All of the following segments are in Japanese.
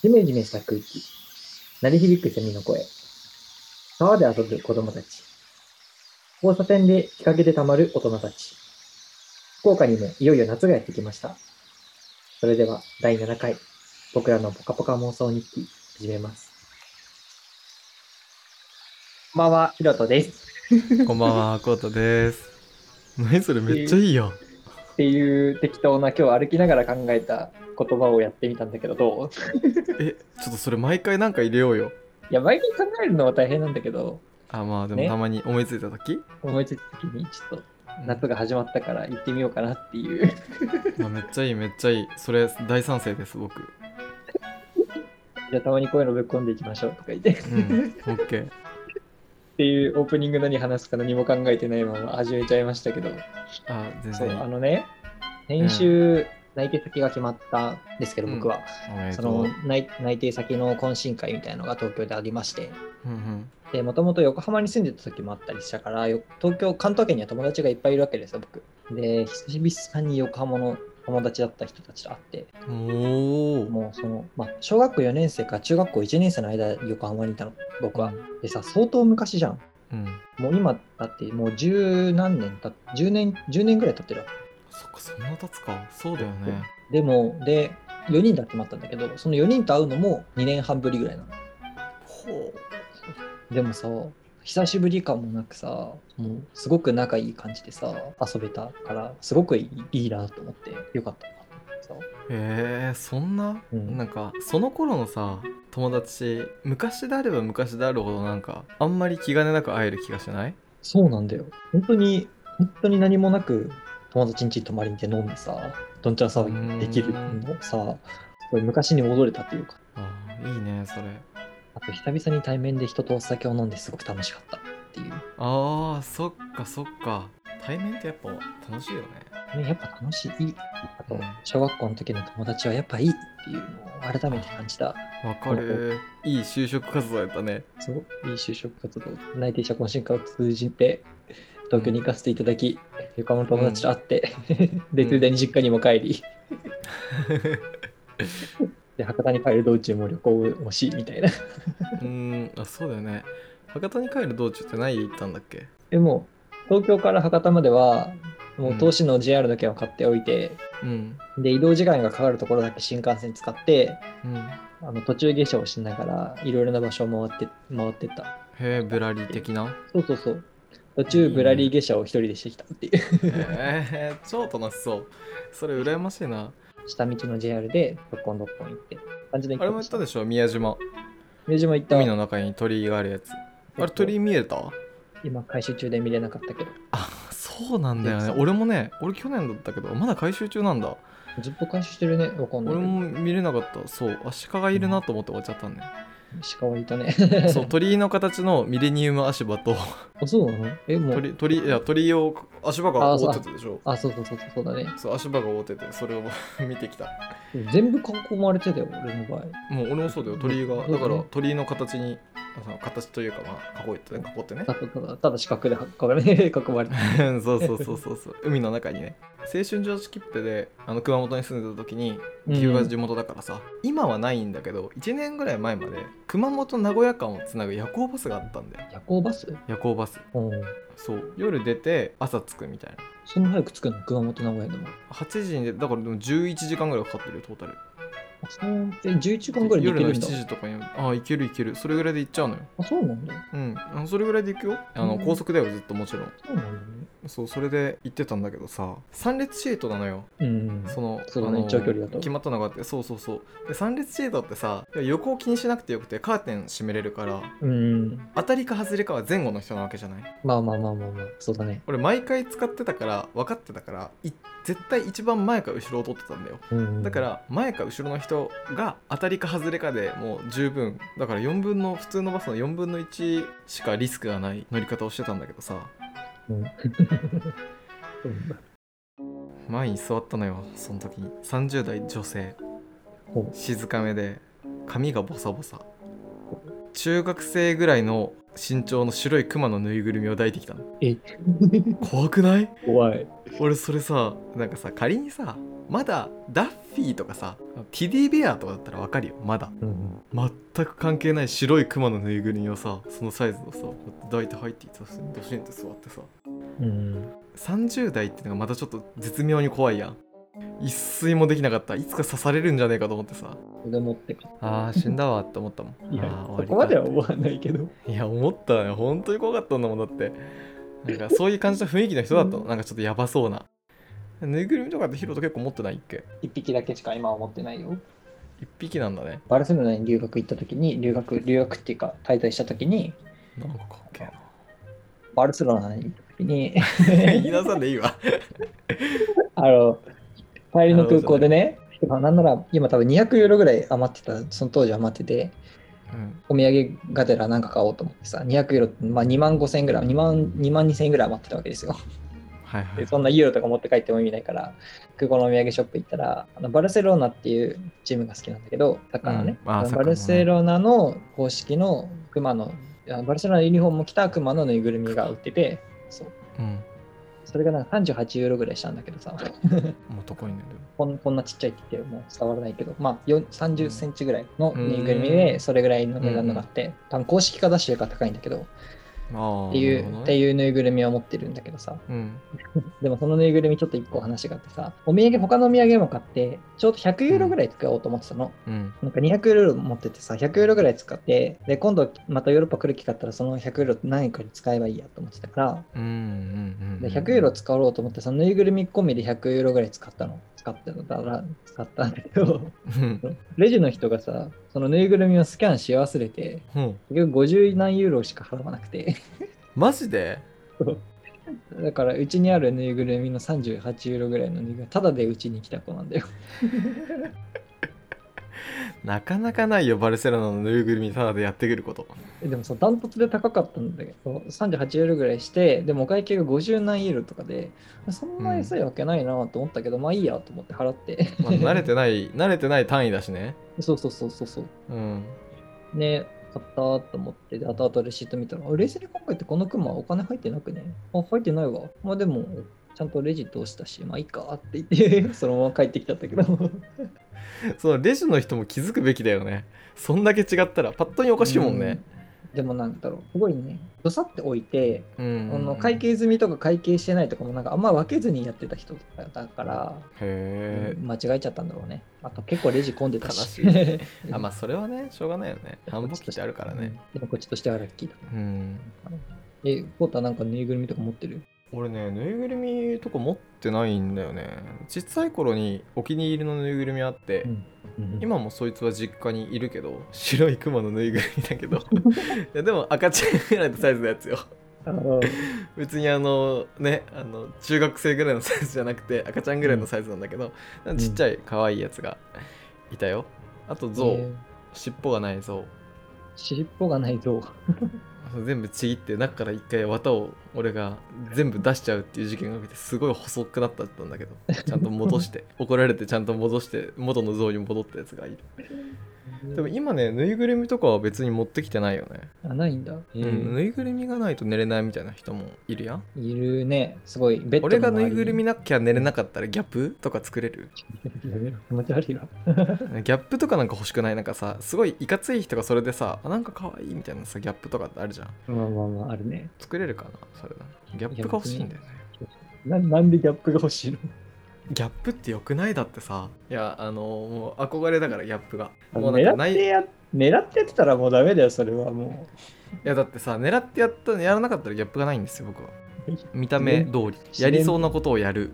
ジメジメした空気、鳴り響くセミの声、川で遊ぶ子供たち、交差点で日陰でたまる大人たち。福岡にもいよいよ夏がやってきました。それでは第7回、僕らのポカポカ妄想日記、始めます。こんばんは、ひろとです。 こんばんは、コウタです。何それ、めっちゃいいやん。 っていう適当な今日歩きながら考えた言葉をやってみたんだけど、どう？ ちょっとそれ毎回なんか入れようよ。 いや、毎回考えるのは大変なんだけど、 まあでもたね、 まに思いついた時、 思いついた時にちょっと夏が始まったから行ってみようかなっていう。 めっちゃいいめっちゃいい。それ大賛成です、僕。 じゃあたまにこういうのぶっ込んでいきましょうとか言って。 うん、オッケー。 っていうオープニング何話すか何も考えてないまま始めちゃいましたけど、そう、 全然いい。 先週内定先が決まったんですけど、僕は、 おめでそとう。 の内定先の懇親会みたいなのが東京でありまして、 うんで、もともと横浜に住んでた時もあったりしたから、関東圏には友達がいっぱいいるわけですよ、僕。で、久々に横浜の友達だった人たちと会って、 うん。おお。 もう小学校4年生から中学校1年生の間、横浜にいたの、僕は。でさ、相当昔じゃん。 うん。 もう今だってもう十何年たっ10年ぐらい経ってるわけ。 そっか、そんな経つか。そうだよね。 で4人で集まったんだけど、その4人と会うのも2年半ぶりぐらいなの。 ほでもさ、久しぶり感もなくさ、もうすごく仲いい感じでさ、遊べたから、すごくいいなと思ってよかったなと思ってさ。 そんな、 うんなんかその頃のさ友達、昔であれば昔であるほどなんかあんまり気兼ねなく会える気がしない？ そうなんだよ。本当に何もなく友達ん家に泊まりに行って飲んでさ、どんちゃん騒ぎできるのさ、すごい昔に戻れたというか。 いいねそれ。 あと久々に対面で人とお酒を飲んですごく楽しかったっていう。 そっかそっか。対面ってやっぱ楽しいよね。 ね、やっぱ楽しい。あと、小学校の時の友達はやっぱいいっていうのを改めて感じた。 わかる。いい就職活動やったね。 そう、いい就職活動、内定者懇親会を通じて、東京に行かせていただき、横浜の友達と会って、で、ついでに実家にも帰り、で、博多に帰る道中も旅行もし、みたいな。 そうだよね。博多に帰る道中って何で行ったんだっけ？ でも、東京から博多までは、もう東市の JR の券を買っておいて、で、移動時間がかかるところだけ新幹線使って、途中下車をしながら、いろいろな場所を回ってった。 へえ、ぶらり的な。 そう。途中ぶらり下車を一人でしてきたっていう。 超楽しそう。それ羨ましいな。 下道の JR でどっこん行って感じで行あれも行ったでしょ、宮島。 宮島行った。 海の中に鳥居があるやつ。あれ鳥居見えた？ 今回収中で見れなかったけど。 そうなんだよね。俺去年だったけどまだ回収中なんだ。 ずっと回収してるね。わかんない。 俺も見れなかった。そう、足利いるなと思って終わっちゃったんだよ。 鹿いたね。 そう、鳥居の形のミレニウム足場とそうなの？もう鳥居を足場が覆ってたでしょ。 そうだね。 そう、足場が覆っててそれを見てきた。 全部囲まれてたよ、俺の場合。 もう俺もそうだよ。鳥居がだから鳥居の形に形というか囲ってね。 ただ四角で囲まれてそう海の中にね。青春女子切符で熊本に住んでた時に、岐阜が地元だからさ、今はないんだけど1年ぐらい前まで熊本名古屋間をつなぐ夜行バスがあったんだよ。 夜行バス。 そう夜出て朝着くみたいな。 そんな早く着くの？熊本名古屋でも 8時にだからでも11時間ぐらいかかってるよトータル。 11時間ぐらいで行けるんだ。 夜の7時とかに行ける。それぐらいで行っちゃうのよ。 そうなんだ。 それぐらいで行くよ。高速だよずっともちろん。 そうなんだね。 そうそれで行ってたんだけどさ、3列シートなのよ。 そうだね、長距離だと決まったのがあって、そうで3列シートってさ、横を気にしなくてよくてカーテン閉めれるから、当たりか外れかは前後の人なわけじゃない。 まあそうだね。 俺毎回使ってたから分かってたから絶対一番前か後ろを取ってたんだよ。だから前か後ろの人が当たりか外れかでもう十分だから、普通のバスの4分の1しかリスクがない乗り方をしてたんだけどさ、前に座ったのよ。その時に30代女性、静かめで髪がボサボサ、中学生ぐらいの身長の白いクマのぬいぐるみを抱いてきたの。怖くない？ 怖い。 俺それさ、なんかさ、仮にさ、まだダッフィーとかさ、ティディベアとかだったらわかるよ、まだ。全く関係ない白いクマのぬいぐるみをさ、そのサイズのさ、抱いて入っていってさ、ドシンって座ってさ、30代ってのがまたちょっと絶妙に怖いやん。一睡もできなかった。いつか刺されるんじゃねえかと思ってさ、 子供ってか。 あー死んだわって思ったもん。 いや、 あー終わりかそこまでは思わないけど。 いや思ったね、本当に怖かったんだもん。だってなんかそういう感じの雰囲気の人だったの、なんかちょっとヤバそうな。ぬいぐるみとかってヒロト結構持ってないっけ？ 一匹だけしか今は持ってないよ。 一匹なんだね。 バルセロナに留学行った時に、留学っていうか滞在した時に、 なんかかっけえバルセロナに行った時にな言い出さんでいいわ帰りの空港でね、なんなら今多分200ユーロぐらい余ってた、その当時余ってて、お土産がてら何か買おうと思ってさ、200ユーロ、まあ2万5千円ぐらい、2万2千円ぐらい余ってたわけですよ。 はいはい、 でそんなユーロとか持って帰っても意味ないから、空港のお土産ショップ行ったら、バルセロナっていうチームが好きなんだけど、サッカーのね、バルセロナの公式のクマの、バルセロナのユニフォームを着たクマのぬいぐるみが売ってて、そう。それがなんか38ユーロぐらいしたんだけどさ。もう高いね。 こんなちっちゃいって言ってもう伝わらないけど、まあ30センチぐらいのぬいぐるみで、それぐらいの値段のがあって、多分公式化出してるから高いんだけど、っていうぬいぐるみを持ってるんだけどさ、でもそのぬいぐるみちょっと一個話があってさ、他のお土産も買ってちょうど100ユーロぐらい使おうと思ってたの、なんか200ユーロ持っててさ、100ユーロぐらい使って、で今度またヨーロッパ来る機会あったらその100ユーロ何かに使えばいいやと思ってたから、で100ユーロ使おうと思ってそのぬいぐるみ込みで100ユーロぐらい使ったんだけどレジの人がさ、そのぬいぐるみをスキャンし忘れて、結局50何ユーロしか払わなくてマジで？ だからうちにあるぬいぐるみの38ユーロぐらいのぬいぐるみただでうちに来た子なんだよなかなかないよ、バルセロナのぬいぐるみただでやってくること。 でもさ、ダントツで高かったんだけど、38ユーロぐらいして、でもお会計が50何ユーロとかで、そんな安いわけないなと思ったけど、まあいいやと思って払ってまあ、慣れてない単位だしね。 そう。ね、買ったと思って、で、後々レシート見たら、冷静に考えてこのクマお金入ってなくね？入ってないわ。まあでも、ちゃんとレジ通したし、まあいいかって言ってそのまま帰ってきちゃったけどそのレジの人も気づくべきだよね。そんだけ違ったら、パッとにおかしいもんね。 でもなんだろう、すごいね、どさって置いて、会計済みとか会計してないとかもなんかあんま分けずにやってた人だから、間違えちゃったんだろうね。あと結構レジ混んでたし。 悲しい。まあそれはね、しょうがないよね。繁忙期ってあるからね。 でもこっちとしてはラッキーだ。コータなんかぬいぐるみとか持ってる？ 俺ね、ぬいぐるみとか持ってないんだよね。小さい頃にお気に入りのぬいぐるみあって、今もそいつは実家にいるけど、白いクマのぬいぐるみだけどいやでも赤ちゃんぐらいのサイズのやつよ別に中学生ぐらいのサイズじゃなくて赤ちゃんぐらいのサイズなんだけど、ちっちゃい可愛いやつがいたよ。あとゾウ、尻尾がないゾウ。 尻尾がないゾウ全部ちぎって中から一回綿を俺が全部出しちゃうっていう事件が起きて、すごい細くなったんだけど、ちゃんと戻して怒られてちゃんと戻して元の像に戻ったやつがいる。でも今ね、ぬいぐるみとかは別に持ってきてないよね。 ないんだ。 ぬいぐるみがないと寝れないみたいな人もいるやん。 いるね。すごいベッドの周り。 俺がぬいぐるみなきゃ寝れなかったらギャップとか作れる？ 気持ち悪いわギャップとかなんか欲しくない？なんかさ、すごいいかつい人がそれでさ、なんか可愛いみたいなさ、ギャップとかってあるじゃん。 まああるね。 作れるかなそれな。ギャップが欲しいんだよね。なんでギャップが欲しいの？ ギャップって良くない？だってさ、いやもう憧れだからギャップが。 もうなんか狙ってやってたらもうダメだよ、それはもう。いやだってさ、狙ってやらなかったらギャップがないんですよ、僕は。見た目通りやりそうなことをやる。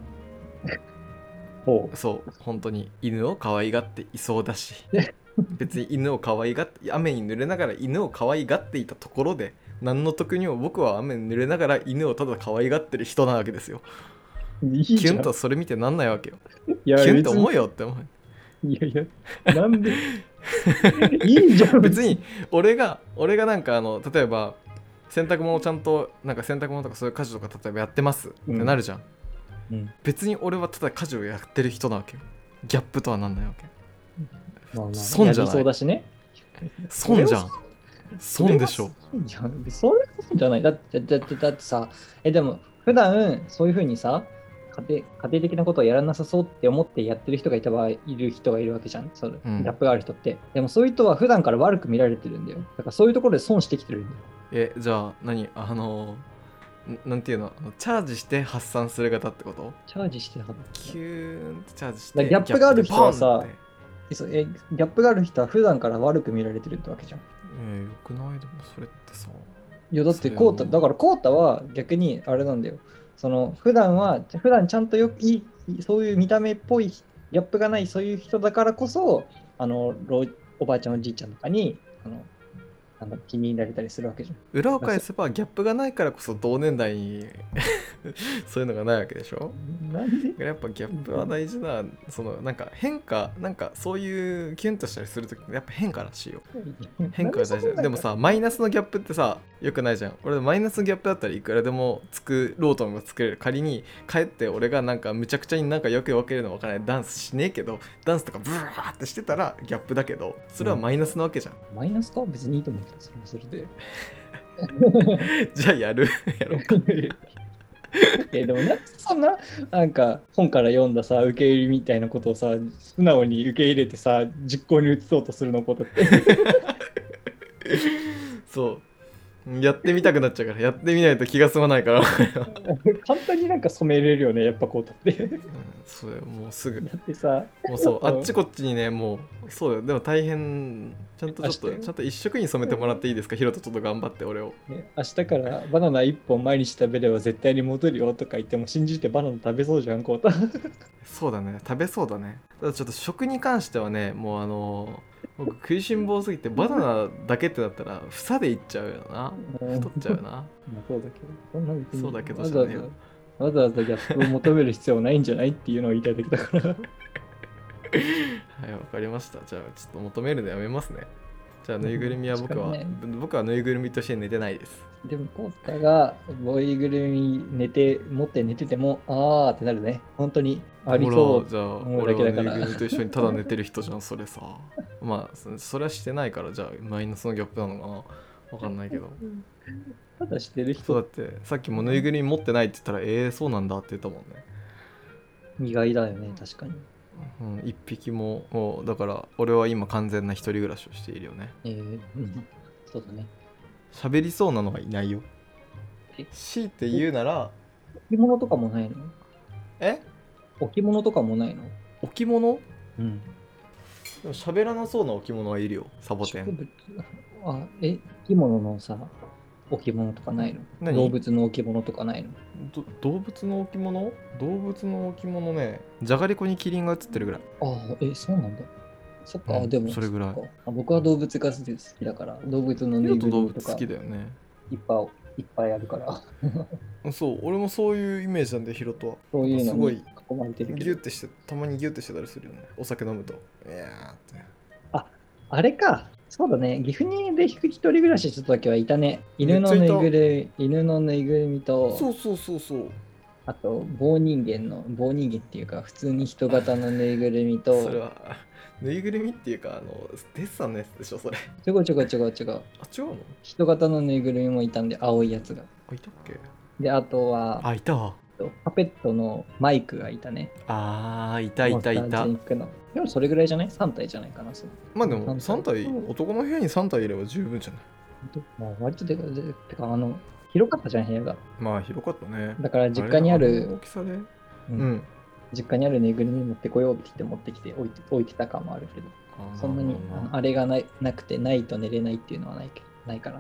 そう本当に犬を可愛がっていそうだし別に犬を可愛がって雨に濡れながら犬を可愛がっていたところで何の得にも、僕は雨に濡れながら犬をただ可愛がってる人なわけですよ。キュンとそれ見てなんないわけよ。キュンと思うよって思う。 いやなんでいいじゃん別に俺がなんか例えば洗濯物ちゃんとなんか洗濯物とかそういう家事とか例えばやってますってなるじゃん、別に俺はただ家事をやってる人なわけよ。ギャップとはなんないわけ。損じゃない？ そうだしね。 損じゃん。損でしょ。 それじゃない。だってさ、でも普段そういう風にさ、 家庭的なことをやらなさそうって思ってやってる人がいる人がいるわけじゃん。そのギャップがある人って。でもそういう人は普段から悪く見られてるんだよ。だからそういうところで損してきてるんだよ。 じゃあなんていうの、チャージして発散する方ってこと？ チャージしてキューンってチャージして、 ギャップがある人はさ、 ギャップがある人は普段から悪く見られてるってわけじゃん。 よくない？でもそれってさ。 いやだってコータは逆にあれなんだよ。その普段ちゃんとそういう見た目っぽいギャップがないそういう人だからこそ、おばあちゃんおじいちゃんとかに気に入られたりするわけじゃん。 裏を返せばギャップがないからこそ同年代にそういうのがないわけでしょ。 なんで？ やっぱギャップは大事な、そのなんか変化、なんかそういうキュンとしたりするときやっぱ変化らしいよ。変化が大事だ。でもさ、マイナスのギャップってさ、よくないじゃん。俺マイナスのギャップだったらいくらでも作ろうとも作れる。仮に帰って俺がなんかむちゃくちゃになんかよく分けるの分からないダンスしねえけど、ダンスとかブワーってしてたらギャップだけど、それはマイナスなわけじゃん。 マイナスか？別にいいと思うけど、それで。 じゃあやろうか。 でもそんななんか本から読んださ受け入れみたいなことをさ素直に受け入れてさ実行に移そうとするのことってそうやってみたくなっちゃうから、やってみないと気が済まないから簡単になんか染めれるよねやっぱこうとって、 そうだよ、もうすぐだってさもうそうあっちこっちにね、もうそうだよ。でも大変、ちゃんと一色に染めてもらっていいですか、ヒロト。ちょっと頑張って俺を、 ね、明日からバナナ1本毎日食べれば絶対に戻るよとか言っても信じてバナナ食べそうじゃんこうたそうだね、食べそうだね。ただちょっと食に関してはね、もう僕食いしん坊すぎてバナナだけってなったら房でいっちゃうよな。太っちゃうな。 そうだけどそんな別にそうだけどじゃねえよ。 わざわざギャップを求める必要はないんじゃないっていうのを言いたいだけだからはい、わかりました。じゃあちょっと求めるのやめますね。じゃあぬいぐるみは僕はぬいぐるみとして寝てないです。 でもコータがボーイぐるみ持って寝ててもあーってなるね。本当にありそう。 じゃあ俺はぬいぐるみと一緒にただ寝てる人じゃんそれさ。まあそれはしてないから、じゃあマイナスのギャップなのかな、わかんないけど。 ただしてる人。 そうだってさっきもぬいぐるみ持ってないって言ったらそうなんだって言ったもんね。 意外だよね確かに。 一匹もうだから俺は今完全な一人暮らしをしているよね。 そうだね。 喋りそうなのはいないよ。強いて言うなら置物とかもないの？置物とかもないの？ 置物？ うん。 でも喋らなそうな置物はいるよ、サボテン。 生き物のさ置物とかないの？動物の置物とかないの？ 動物の置物ね、じゃがりこにキリンが映ってるぐらい。 そうなんだ。そっか、でもそれぐらい。 僕は動物が好きだから動物のぬいぐるみとか好きだよね。 いっぱいあるからそう、俺もそういうイメージなんで、ヒロトはそういうのすごい囲まれてるけど、 たまにギュッてしてたりするよね、お酒飲むと。いやーって。 あれか、そうだね、岐阜に一人暮らしした時はいたね。犬のぬいぐるみと、 そうあと棒人間っていうか普通に人型のぬいぐるみとそれはぬいぐるみっていうかデッサンのやつでしょそれ。 違う。 違うの？ 人型のぬいぐるみもいたんで、青いやつが。 いたっけ？ で、あとは、 いたわ。 パペットのマイクがいたね。 いた。 でもそれぐらいじゃない？ 3 体じゃないかな。 まあでも3体、男の部屋に3体いれば十分じゃない？ 割とてか広かったじゃん、部屋が。 まあ広かったね。 だから実家にある、 大きさで。 実家にあるぬいぐるみ持ってこようって言って持ってきて置いてた感もあるけど、そんなにあれがなくてないと寝れないっていうのはないかな。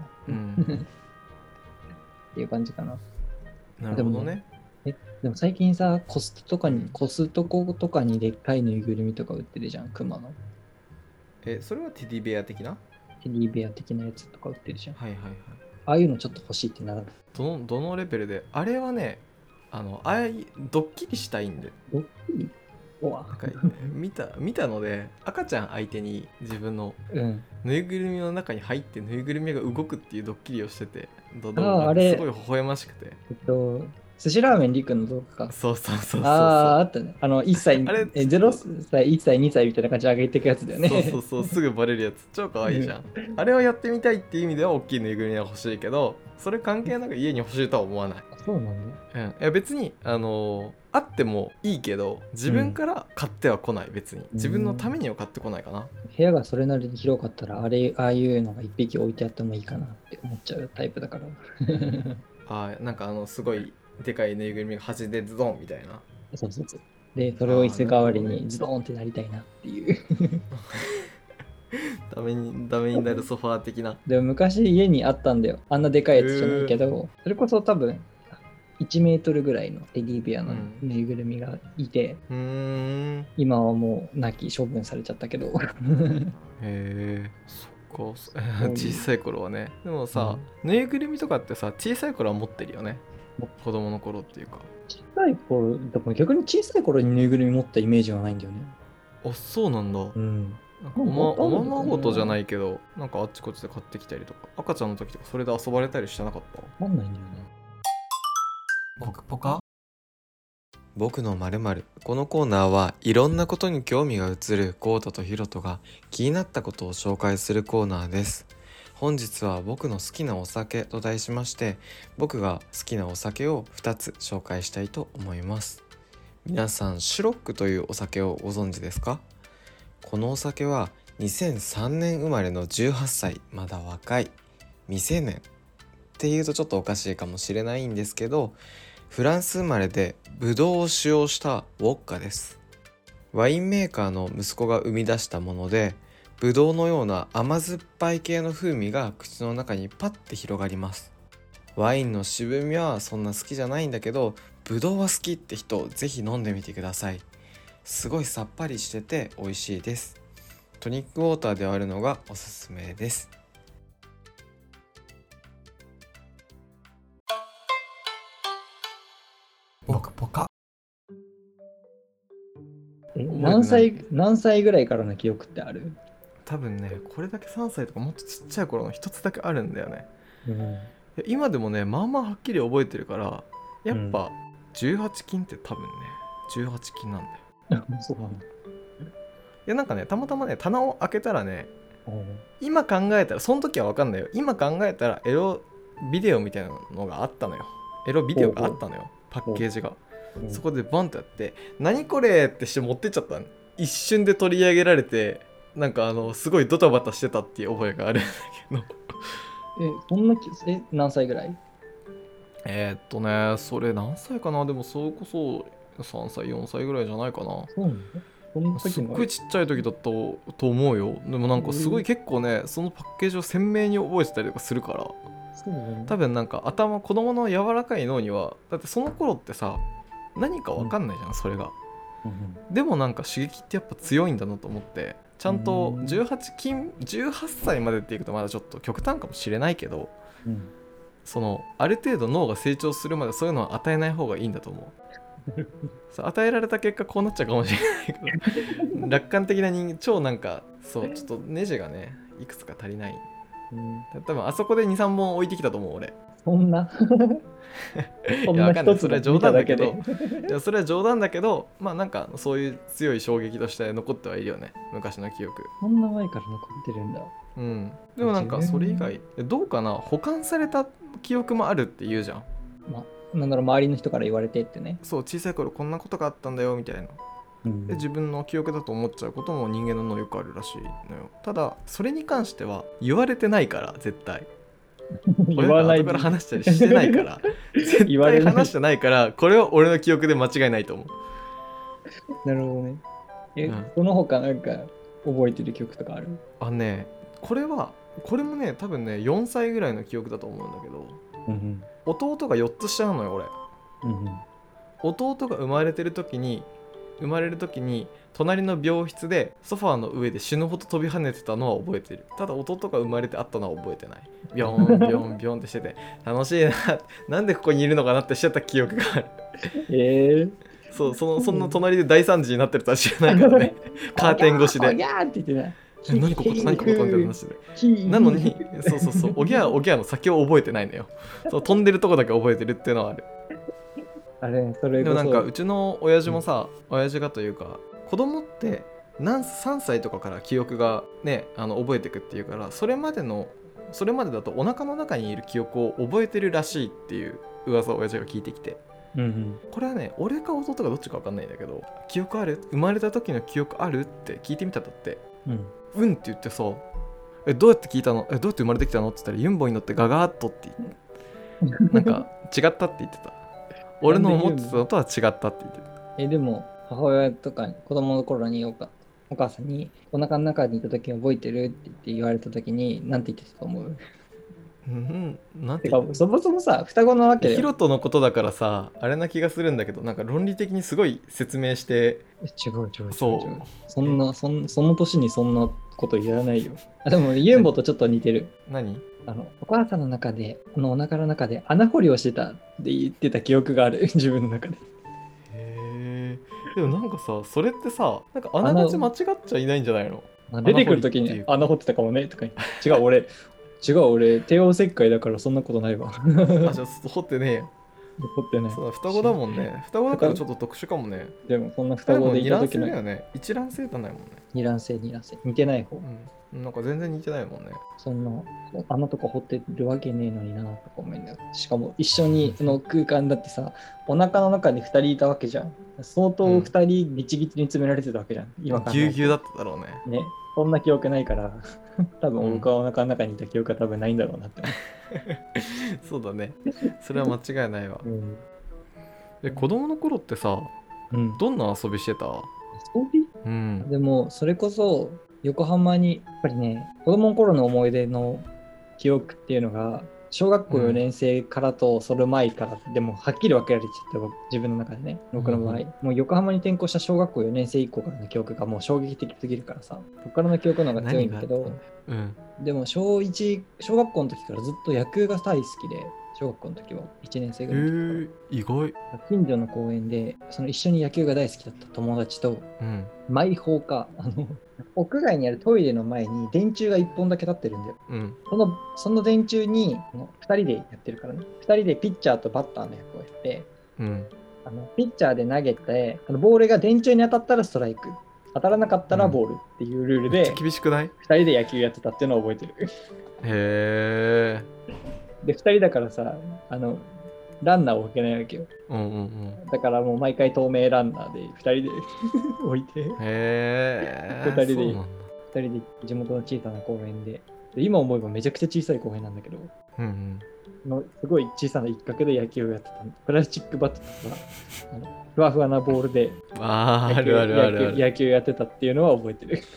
っていう感じかな。 なるほどね。 でも最近さ、コストコとかにでっかいぬいぐるみとか売ってるじゃん、クマの。 それはテディベア的な？ テディベア的なやつとか売ってるじゃん。 はい。 ああいうのちょっと欲しいってならない？ どのレベルで？あれはね、ドッキリしたいんで。 ドッキリ？ 見たので、赤ちゃん相手に自分のぬいぐるみの中に入ってぬいぐるみが動くっていうドッキリをしてて、すごい微笑ましくて。 寿司ラーメンりくの動画か。 そうそうそうそうそう。 あったね。1歳、 あれ 0歳、1歳、2歳みたいな感じで上げていくやつだよね。 そうそうそう、すぐバレるやつ超可愛いじゃん。あれをやってみたいっていう意味では大きいぬいぐるみは欲しいけど、それ関係なく家に欲しいとは思わない。 そうなんだ。 いや別にあってもいいけど、自分から買っては来ない。別に自分のためには買ってこないかな。 部屋がそれなりに広かったら、ああいうのが一匹置いてあってもいいかなって思っちゃうタイプだから。 なんかすごいでかいぬいぐるみが端でズドンみたいな。 そうそうそう。で、それを椅子代わりにズドーンってなりたいなっていう。 ダメになるソファー的な。 でも昔家にあったんだよ。あんなでかいやつじゃないけど、それこそ多分1メートルぐらいのテディベアのぬいぐるみがいて、今はもう亡き処分されちゃったけど。 へえ、そっか。小さい頃はね。でもさ、ぬいぐるみとかってさ、小さい頃は持ってるよね。子供の頃っていうか。 小さい頃、でも逆に小さい頃にぬいぐるみ持ったイメージはないんだよね。 あ、そうなんだ。 うん。 なんかおままごとじゃないけど、なんかあっちこっちで買ってきたりとか、赤ちゃんの時とかそれで遊ばれたりしてなかった？ わかんないんだよね。 僕ポカ？僕の〇〇。このコーナーはいろんなことに興味が移るコウタとヒロトが気になったことを紹介するコーナーです。本日は僕の好きなお酒と題しまして、僕が好きなお酒を2つ紹介したいと思います。皆さん、シュロックというお酒をご存知ですか？このお酒は2003年生まれの18歳、まだ若い未成年っていうとちょっとおかしいかもしれないんですけど、フランス生まれでブドウを使用したウォッカです。ワインメーカーの息子が生み出したもので、ブドウのような甘酸っぱい系の風味が口の中にパッて広がります。ワインの渋みはそんな好きじゃないんだけど、ブドウは好きって人ぜひ飲んでみてください。すごいさっぱりしてて美味しいです。トニックウォーターで割るのがおすすめです。僕ポカ。 何歳ぐらいからの記憶ってある？ 多分ね、これだけ3歳とかもっとちっちゃい頃の一つだけあるんだよね。今でもね、まあまあはっきり覚えてるから、やっぱ18金って多分ね、18金なんだよ。 そうなんだ。 いやなんかね、たまたまね、棚を開けたらね、今考えたら、その時は分かんないよ。今考えたらエロビデオみたいなのがあったのよ。エロビデオがあったのよ、パッケージが。そこでバンとやって、何これってして持ってっちゃったの。一瞬で取り上げられて、なんかすごいドタバタしてたっていう覚えがあるんだけど。 そんな何歳ぐらい？ それ何歳かな。でもそれこそ3歳4歳ぐらいじゃないかな。 そうなんだ。 すっごいちっちゃい時だったと思うよ。でもなんかすごい結構ね、そのパッケージを鮮明に覚えてたりとかするから、多分なんか子供の柔らかい脳には、だってその頃ってさ、何か分かんないじゃん、それが。でもなんか刺激ってやっぱ強いんだなと思って、ちゃんと18歳までっていくとまだちょっと極端かもしれないけど、ある程度脳が成長するまでそういうのは与えない方がいいんだと思う。与えられた結果こうなっちゃうかもしれないけど、楽観的な人間、超なんかちょっとネジがねいくつか足りない。多分あそこで 2,3 本置いてきたと思う俺。 そんないやわかんない、それは冗談だけどいやそれは冗談だけど、まあなんかそういう強い衝撃として残ってはいるよね、昔の記憶。 そんな前から残ってるんだ。 でもなんかそれ以外どうかな、保管された記憶もあるって言うじゃん。 なんだろう、周りの人から言われてってね。 そう、小さい頃こんなことがあったんだよみたいな。で自分の記憶だと思っちゃうことも人間の脳よくあるらしいのよ。ただそれに関しては言われてないから、絶対言わない。 後から話したりしてないから絶対話してないから、これは俺の記憶で間違いないと思う。なるほどね。その他なんか覚えてる記憶とかある？ これもね、多分ね4歳ぐらいの記憶だと思うんだけど、弟が4つ下なのよ俺。弟が生まれる時に隣の病室でソファーの上で死ぬほど飛び跳ねてたのは覚えてる。ただ弟が生まれてあったのは覚えてない。ビョンビョンビョンってしてて楽しいな、なんでここにいるのかなってしてた記憶がある。そう、そんな隣で大惨事になってるとは知らないからねカーテン越しでおぎゃーって言ってない。 何ここみたいな話で、なのにそうおぎゃーの先を覚えてないのよ。そう飛んでるとこだけ覚えてるっていうのはある。 あれ、それこそ。 でもなんかうちの親父もさ、親父がというか、子供って3歳とかから記憶がね覚えてくっていうから、それまでだとお腹の中にいる記憶を覚えてるらしいっていう噂を親父が聞いてきて、これはね、俺か弟かどっちか分かんないんだけど、記憶ある？生まれた時の記憶ある？って聞いてみたんだって。うんって言ってさ、どうやって聞いたの？どうやって生まれてきたのって言ったら、ユンボに乗ってガガーッとってなんか違ったって言ってた。俺の思ってたのとは違ったって言ってた。 でも母親とか子供の頃にお母さんにお腹の中にいた時覚えてるって言われた時に何て言ってたと思う？ なんていうか、 そもそもさ、双子なわけよ。 ヒロトのことだからさ、あれな気がするんだけど、なんか論理的にすごい説明して。 違う。その年にそんなことやらないよ。でもユンボとちょっと似てる。 何？ お母さんの中で、お腹の中で穴掘りをしてたって言ってた記憶がある。自分の中で。 へえ。でもなんかさ、それってさ、なんかあながち間違っちゃいないんじゃないの？ 出てくるときに穴掘ってたかもねとか言って。違う俺帝王切開だからそんなことないわ。 あ、じゃあ掘ってねえよ。 掘ってない。 そうだ、双子だもんね。双子だからちょっと特殊かもね。 でもそんな双子でいた時の。 二卵性だよね。一卵性じゃないもんね。 二卵性。似てない方。 なんか全然似てないもんね。 そんな穴とか掘ってるわけねえのになとか思いながら。しかも一緒にの空間だってさ、お腹の中に2人いたわけじゃん。相当2人ギチギチに詰められてたわけじゃん。 今から。ぎゅうぎゅうだっただろうね。 ね。そんな記憶ないから多分僕はお腹の中にいた記憶は多分ないんだろうなってそうだね、それは間違いないわ。子供の頃ってさ、どんな遊びしてた？ 遊び？でもそれこそ横浜にやっぱりね、子供の頃の思い出の記憶っていうのが小学校4年生からとそれ前からでもはっきり分けられちゃった。自分の中でね、僕の場合、もう横浜に転校した小学校4年生以降からの記憶がもう衝撃的すぎるからさ、そこからの記憶の方が強いんだけど、でも小学校の時からずっと野球が大好きで、小学校の時は1年生ぐらいの時から、 意外。 近所の公園でその一緒に野球が大好きだった友達と、毎放課屋外にあるトイレの前に電柱が1本だけ立ってるんだよ。その電柱に2人でやってるからね。2人でピッチャーとバッターの役をやって、ピッチャーで投げて、ボールが電柱に当たったらストライク、当たらなかったらボールっていうルールで、 めっちゃ厳しくない？ 2人で野球やってたっていうのを覚えてる。 へー。で、2人だからさ、ランナーを置けないわけよ。だからもう毎回透明ランナーで2人で置いて、2人で地元の小さな公園で、今思えばめちゃくちゃ小さい公園なんだけど、すごい小さな一角で野球をやってた。プラスチックバットとかふわふわなボールで野球やってたっていうのは覚えてる。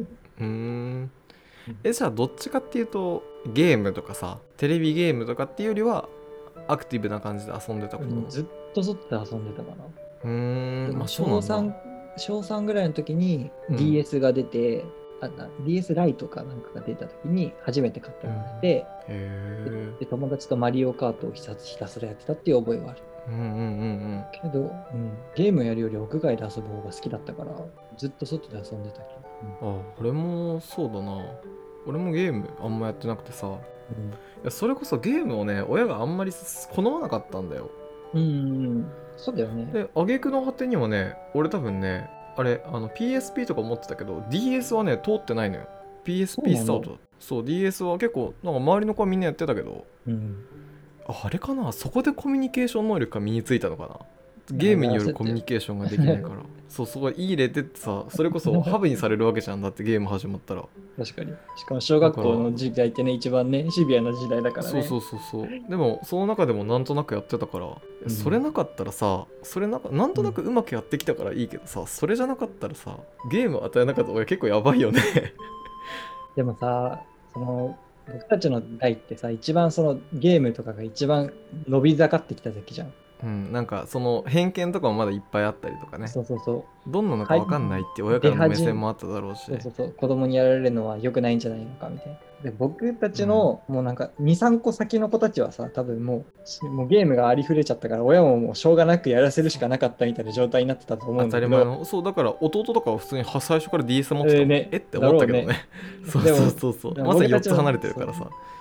じゃあどっちかっていうとゲームとかさ、テレビゲームとかっていうよりはアクティブな感じで遊んでたこと？ ずっと外で遊んでたかな。小3ぐらいの時に DS が出て、DS ライトかなんかが出た時に初めて買ってもらって、で友達とマリオカートをひたすらやってたっていう覚えはある。けど、ゲームやるより屋外で遊ぶ方が好きだったからずっと外で遊んでたけど、俺もそうだな。俺もゲームあんまやってなくてさ、いやそれこそゲームをね、親があんまり好まなかったんだよ。 そうだよね。 で挙句の果てにはね、俺多分ね、あれPSP とか持ってたけど DS はね通ってないのよ。 PSP スタート。そう DS は結構なんか周りの子はみんなやってたけど、あれかな、そこでコミュニケーション能力が身についたのかな。ゲームによるコミュニケーションができないからそこがいい入れてってさ、それこそハブにされるわけじゃん。だってゲーム始まったら。 確かに。しかも小学校の時代ってね、一番ねシビアな時代だからね。 そうでもその中でもなんとなくやってたから、それなかったらさ、なんとなくうまくやってきたからいいけどさ、それじゃなかったらさ、ゲーム与えなかったら結構やばいよね。 でもさ、僕たちの代ってさ、一番ゲームとかが一番伸び盛ってきた時じゃん。 なんかその偏見とかもまだいっぱいあったりとかね。どんなのか分かんないって親からの目線もあっただろうし、 子供にやられるのは良くないんじゃないのかみたいな。で僕たちの、もうなんか 2,3 個先の子たちはさ、多分もうゲームがありふれちゃったから、親ももうしょうがなくやらせるしかなかったみたいな状態になってたと思うんだけど。当たり前の。 そうだから弟とかは普通に最初から DS 持ってたもん、って思ったけどね。そうまさに4つ離れてるからさ。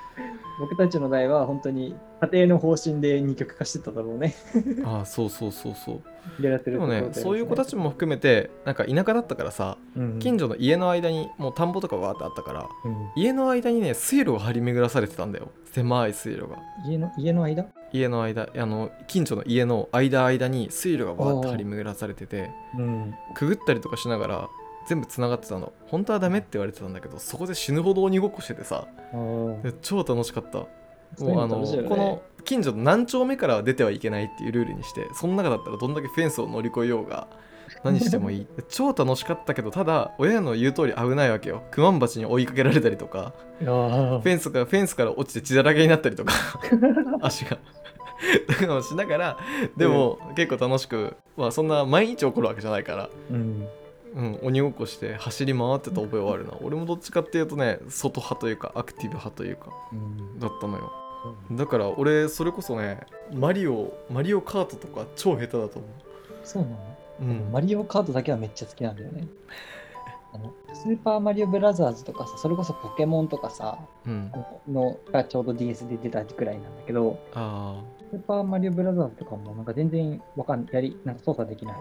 僕たちの代は本当に家庭の方針で二極化してただろうね。 ああ、そうそうそうそう。 やらせでもね、 るところでそういう子たちも含めて、なんか田舎だったからさ、近所の家の間にもう田んぼとかわーってあったから、家の間にね、水路が張り巡らされてたんだよ。狭い水路が。 家の間家の間、近所の家の間に水路がわーって張り巡らされてて、くぐったりとかしながら全部つながってたの。本当はダメって言われてたんだけど、そこで死ぬほど鬼ごっこしててさ、で超楽しかった。もうこの近所の何丁目からは出てはいけないっていうルールにして、その中だったらどんだけフェンスを乗り越えようが何してもいい超楽しかったけど、ただ親の言う通り危ないわけよ。クマンバチに追いかけられたりとか、フェンスから落ちて血だらけになったりとか足がとかもしながら、でも、結構楽しく、まあそんな毎日起こるわけじゃないから、鬼ごっこして走り回ってた覚えはあるな。俺もどっちかっていうとね、外派というかアクティブ派というか、だったのよ。だから俺それこそね、マリオカートとか超下手だと思う。 そうなの、マリオカートだけはめっちゃ好きなんだよね。スーパーマリオブラザーズとかさ、それこそポケモンとかさ、のがちょうど DS で出たくらいなんだけど、スーパーマリオブラザーズとかもなんか全然なんか操作できない。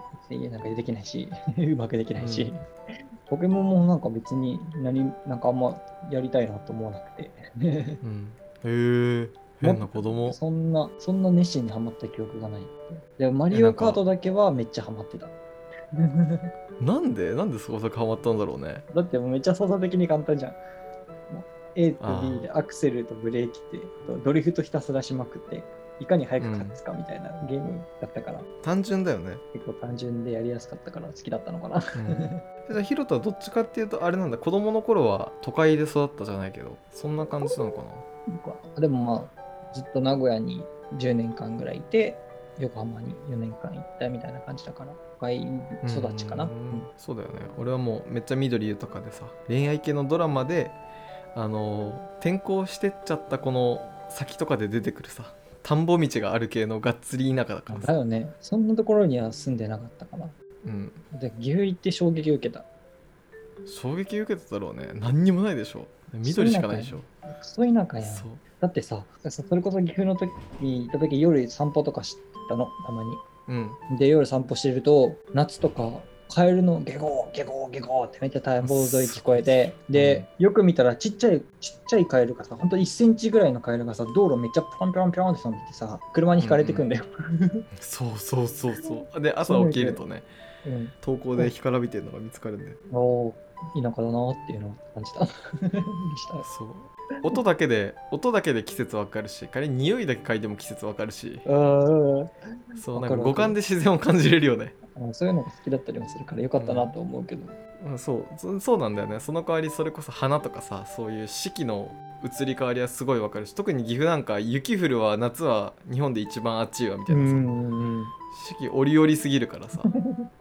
なんかできないし、うまくできないし、ポケモンもなんか別になんかあんまやりたいなと思わなくて。 へえ、変な子供。 そんな熱心にハマった記憶がない。でマリオカートだけはめっちゃハマってた。 なんでそこハマったんだろうね。 だってもうめっちゃ操作的に簡単じゃん。A と B でアクセルとブレーキってドリフトひたすらしまくっていかに早く勝つかみたいなゲームだったから、 単純だよね。 結構単純でやりやすかったから好きだったのかな。 じゃあヒロトはどっちかっていうとあれなんだ、子供の頃は都会で育ったじゃないけど、そんな感じなのかな。 でもまあずっと名古屋に10年間ぐらいいて、横浜に4年間行ったみたいな感じだから、都会育ちかな。 そうだよね。俺はもうめっちゃ緑豊かでさ、恋愛系のドラマで転校してっちゃったこの先とかで出てくるさ、田んぼ道がある系のがっつり田舎だからさ。 だよね。そんなところには住んでなかったかな。で岐阜行って衝撃を受けた。 衝撃受けただろうね。何にもないでしょ。緑しかないでしょ。 クソ田舎やん。だってさ、それこそ岐阜の時に行った時夜散歩とかしたの、たまに。で夜散歩してると夏とかカエルのゲゴーゲゴーゲゴーってめっちゃ田んぼ沿い聞こえて、でよく見たらちっちゃいカエルがさ、ほんと1センチぐらいのカエルがさ、道路めっちゃピョンピョンピョンって飛んでてさ、車にひかれてくんだよ。 そうで朝起きるとね、投稿で干からびてるのが見つかるんで、 田舎だなっていうのを感じた。 そう音だけで季節わかるし、仮に匂いだけ嗅いでも季節わかるし、そうなんか五感で自然を感じれるよね。 そういうのが好きだったりもするからよかったなと思うけど、 そうなんだよね。その代わりそれこそ花とかさ、そういう四季の移り変わりはすごいわかるし、特に岐阜なんか雪降るわ、夏は日本で一番暑いわみたいなさ、四季折々すぎるからさ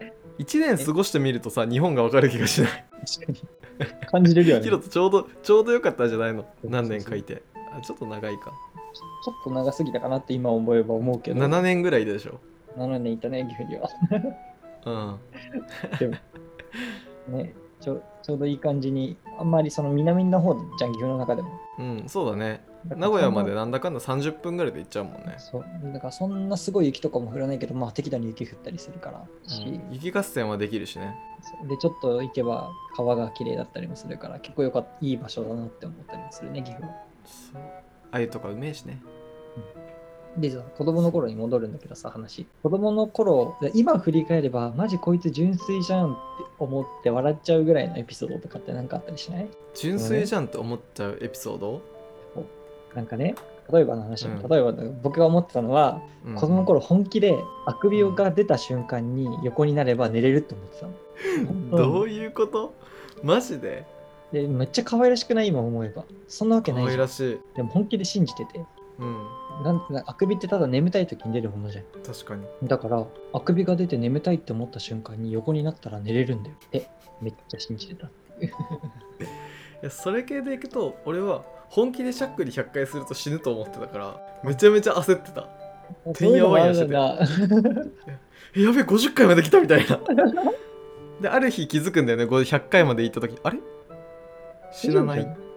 1年過ごしてみるとさ、日本がわかる気がしない。 確かに感じれるよね。 ヒロとちょうどよかったんじゃないの。何年かいて。ちょっと長いか。 ちょっと長すぎたかなって今思えば思うけど。 7年ぐらいでしょ。 7年いたね、岐阜には。でもね、ちょうどいい感じに、あんまりその南の方じゃん、岐阜の中でも。 そうだね。名古屋までなんだかんだ30分ぐらいで行っちゃうもんね。 そうだからそんなすごい雪とかも降らないけど、まあ適度に雪降ったりするから、 雪合戦はできるしね。 でちょっと行けば川が綺麗だったりもするから、結構いい場所だなって思ったりもするね、岐阜は。 そう、鮎とかうめえしね。 で子供の頃に戻るんだけどさ、話。子供の頃、今振り返ればマジこいつ純粋じゃんって思って笑っちゃうぐらいのエピソードとかって何かあったりしない？ 純粋じゃんって思っちゃうエピソード？ なんかね、例えばの話、例えば僕が思ってたのは、子供の頃本気であくびが出た瞬間に横になれば寝れるって思ってたの。 どういうこと？マジで？ でめっちゃ可愛らしくない？今思えばそんなわけないじゃん。 可愛らしい。 でも本気で信じてて、あくびってただ眠たい時に出るものじゃん。 確かに。 だからあくびが出て眠たいって思った瞬間に横になったら寝れるんだよってめっちゃ信じてた。いやそれ系でいくと、俺は本気でしゃっくり100回すると死ぬと思ってたから、めちゃめちゃ焦ってた。てんやわんやしてて、やべえ50回まで来たみたいな。である日気づくんだよね。100回まで行った時、あれ死なない。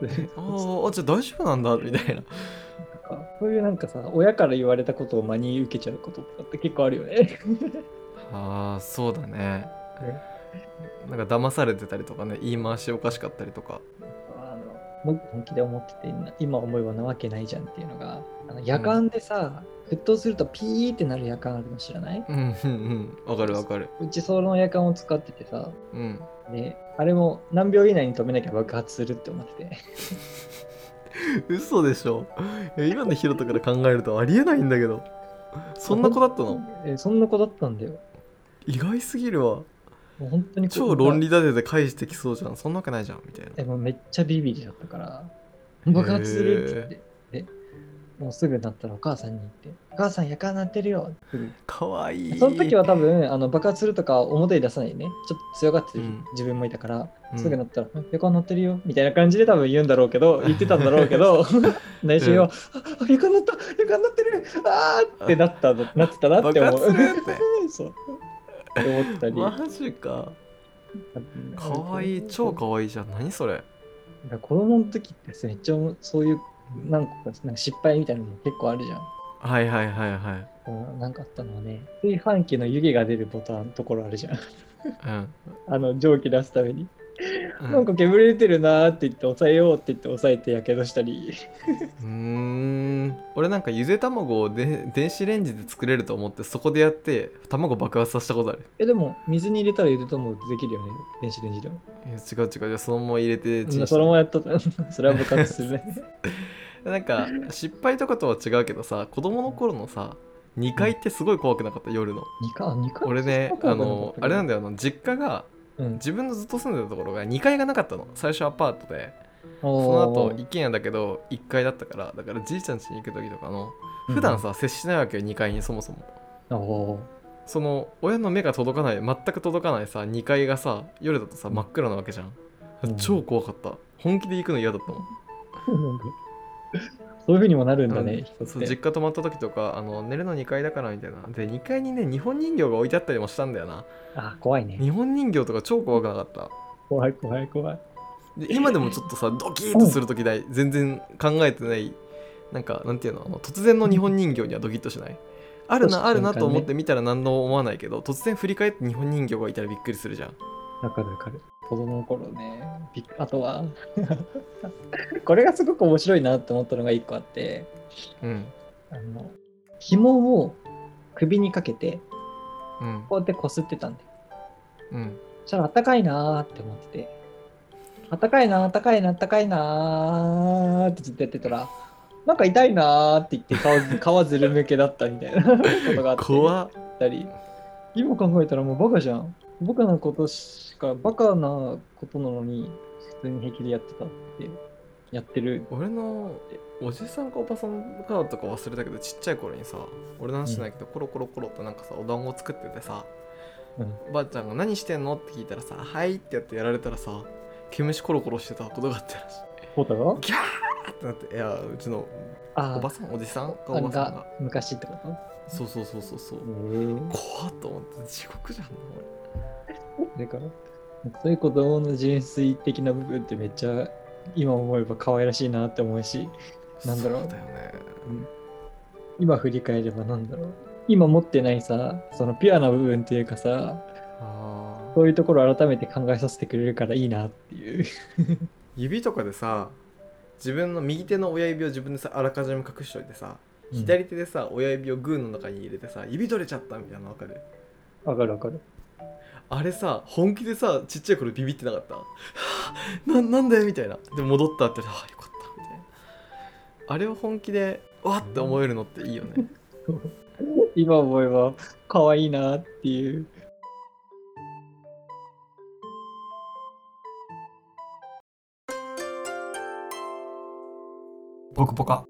あじゃあ大丈夫なんだみたいな。 そういうなんかさ、親から言われたことを真に受けちゃうこととかって結構あるよね。 ああそうだね。 ね、 なんか騙されてたりとかね、言い回しおかしかったりとか。 本気で思ってて、今思えばなわけないじゃんっていうのが、夜間でさ、沸騰するとピーってなる夜間あるの知らない？ わかるわかる。 うちその夜間を使っててさ、 うん。 で、あれも何秒以内に止めなきゃ爆発するって思ってて。 嘘でしょ。今のヒロトから考えるとありえないんだけど。そんな子だったの？ そんな子だったんだよ。 意外すぎるわ。 もう本当に超論理立てて返してきそうじゃん。そんなわけないじゃんみたいな。 もうめっちゃビビりだったから、爆発するって言って。で、もうすぐなったらお母さんに言って、お母さん夜間鳴ってるよって。 かわいい。 その時は多分爆発するとか表に出さないね。ちょっと強がってる自分もいたから、すぐなったら、夜間鳴ってるよみたいな感じで多分言うんだろうけど、言ってたんだろうけど、内心は、夜間鳴った、夜間鳴ってる、あーってなってたなって思う。 爆発するって。 そう思ったり。 マジか。かわいい、超かわいいじゃん。何それ。 子供の時ってめっちゃそういうなんか失敗みたいなのも結構あるじゃん。 はいはいはいはい。 なんかあったのはね、炊飯器の湯気が出るボタンのところあるじゃん。 うん。 蒸気出すために。なんか煙出てるなーって言って抑えようって言って抑えてやけどしたり。 俺なんかゆで卵を電子レンジで作れると思ってそこでやって卵爆発させたことある。 でも水に入れたらゆで卵できるよね、電子レンジでも。 違う違う、じゃあそのまま入れてチンした。 そのままやったそれは爆発するね。 なんか失敗とかとは違うけどさ、子供の頃のさ2階ってすごい怖くなかった？夜の 2階俺ね、あれなんだよな、実家が、自分のずっと住んでたところが2階がなかったの。最初アパートで、その後一軒家だけど1階だったから、だからじいちゃん家に行く時とかの普段さ、接しないわけよ2階に。そもそもその親の目が届かない、全く届かないさ2階がさ、夜だとさ真っ暗なわけじゃん。超怖かった。本気で行くの嫌だったもん。 そういう風にもなるんだね。 そう実家泊まった時とか寝るの2階だからみたいな。で2階にね日本人形が置いてあったりもしたんだよな。 怖いね。 日本人形とか超怖くなかった？ 怖い。 で今でもちょっとさドキッとする時ない全然考えてない。なんかなんていうの、突然の日本人形にはドキッとしない？あるなと思って見たら何も思わないけど、突然振り返って日本人形がいたらびっくりするじゃん。 わかる。子供の頃ね。あとはこれがすごく面白いなって思ったのが1個あって、紐を首にかけて、こうやってこすってたんだよ。そしたらあったかいなーって思ってて、あったかいなーってずっとやってたら、なんか痛いなーって言って皮ずるむけだったみたいなことがあって。 怖っ。 今考えたらもうバカじゃん。バカなことなのに普通に平気でやってたってやってる。 俺のおじさんかおばさんかとか忘れたけど、ちっちゃい頃にさ、俺なんしないけど、コロコロってなんかさお団子作っててさ、ばあちゃんが何してんのって聞いたらさ、はいってやってやられたらさ、毛虫コロコロしてたことがあったらしい。 ポタがギャーってなって、いやうちのおばさんおじさんかおばさんが昔ってこと？ そう怖っと思って、地獄じゃんだからそういう子供の純粋的な部分ってめっちゃ今思えば可愛らしいなって思うし、なんだろう。 そうだよね。 今振り返ればなんだろう。今持ってないさ、そのピュアな部分っていうかさ、そういうところを改めて考えさせてくれるからいいなっていう。 指とかでさ、自分の右手の親指を自分でさあらかじめ隠しといてさ、左手でさ親指をグーの中に入れてさ、指取れちゃったみたいなの分かる？ わかる。 あれさ、本気でさちっちゃい頃ビビってなかった？なんでみたいな。で戻ったって、よかったみたいな。あれを本気でわって思えるのっていいよね。 今思えば可愛いなっていう。 ポクポカ。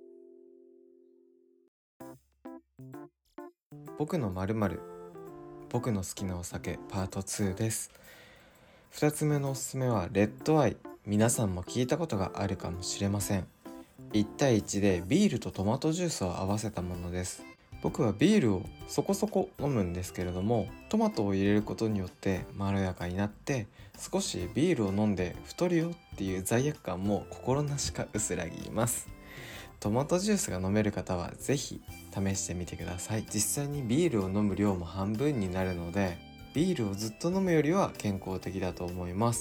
僕の〇〇、僕の好きなお酒パート2です。2つ目のおすすめはレッドアイ。皆さんも聞いたことがあるかもしれません。1対1でビールとトマトジュースを合わせたものです。僕はビールをそこそこ飲むんですけれども、トマトを入れることによってまろやかになって、少しビールを飲んで太るよってっていう罪悪感も心なしか薄らぎます。トマトジュースが飲める方はぜひ試してみてください。実際にビールを飲む量も半分になるので、ビールをずっと飲むよりは健康的だと思います。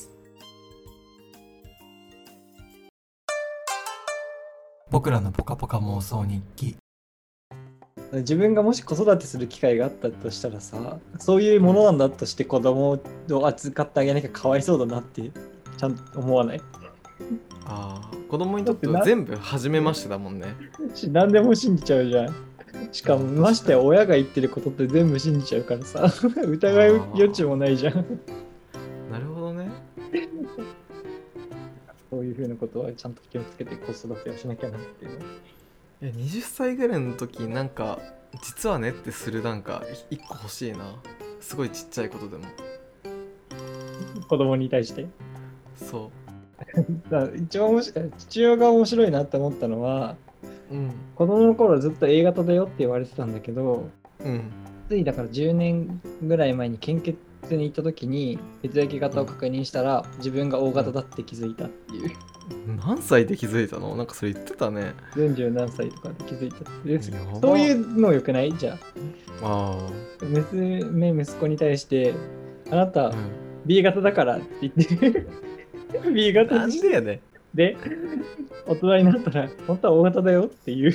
僕らのポカポカ妄想日記。 自分がもし子育てする機会があったとしたらさ、そういうものなんだとして子供を預かってあげなきゃかわいそうだなってちゃんと思わない？ 子供にとっては全部初めましてだもんね。 何でも信じちゃうじゃん。しかもましてや親が言ってることって全部信じちゃうからさ疑う余地もないじゃん。 なるほどね。 そういうふうなことはちゃんと気をつけて子育てをしなきゃなっていうの。 20歳ぐらいの時なんか実はねってするなんか1個欲しいな。すごいちっちゃいことでも。 子供に対して。 そう一番父親が面白いなって思ったのは、子供の頃ずっと A 型だよって言われてたんだけど、ついだから10年ぐらい前に献血に行った時に血液型を確認したら、自分が O 型だって気づいたっていう。 何歳で気づいたの？なんかそれ言ってたね。 40何歳とかで気づいたって。そういうのよくない？じゃあ息子に対してあなた B 型だからって言ってB 型なんでやね。 で大人になったら本当は O 型だよっていう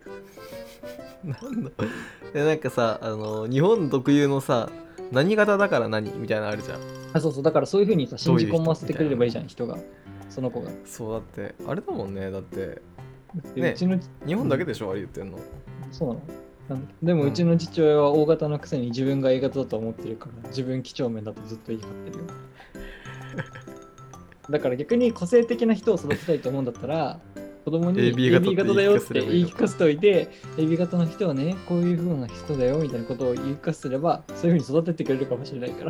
なんかさ、日本特有のさ、何型だから何みたいなのあるじゃん。 そうだからそういう風にさ信じ込ませてくれればいいじゃん、人が、その子が。 そうだってあれだもんね。だってね、うちの日本だけでしょ、あれ言ってんの。そうなの。でもうちの父親は O 型のくせに自分が A 型だと思ってるから自分几帳面だとずっと言い張ってるよだから逆に個性的な人を育てたいと思うんだったら子供に AB 型だよって言い聞かせておいて AB 型の人はねこういう風な人だよみたいなことを言い聞かせればそういう風に育ててくれるかもしれないから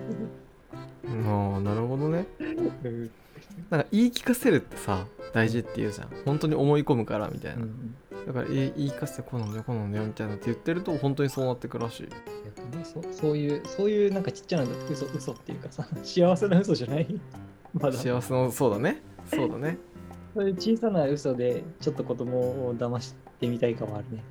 なるほどねなんか言い聞かせるってさ大事って言うじゃん。本当に思い込むからみたいな、だから言い聞かせてこうなんだよこうなんだよみたいなって言ってると本当にそうなってくらしい。 そういうなんかちっちゃな嘘っていうかさ幸せな嘘じゃないまだ幸せのそうだねそういう小さな嘘でちょっと子供を騙してみたい感はあるね。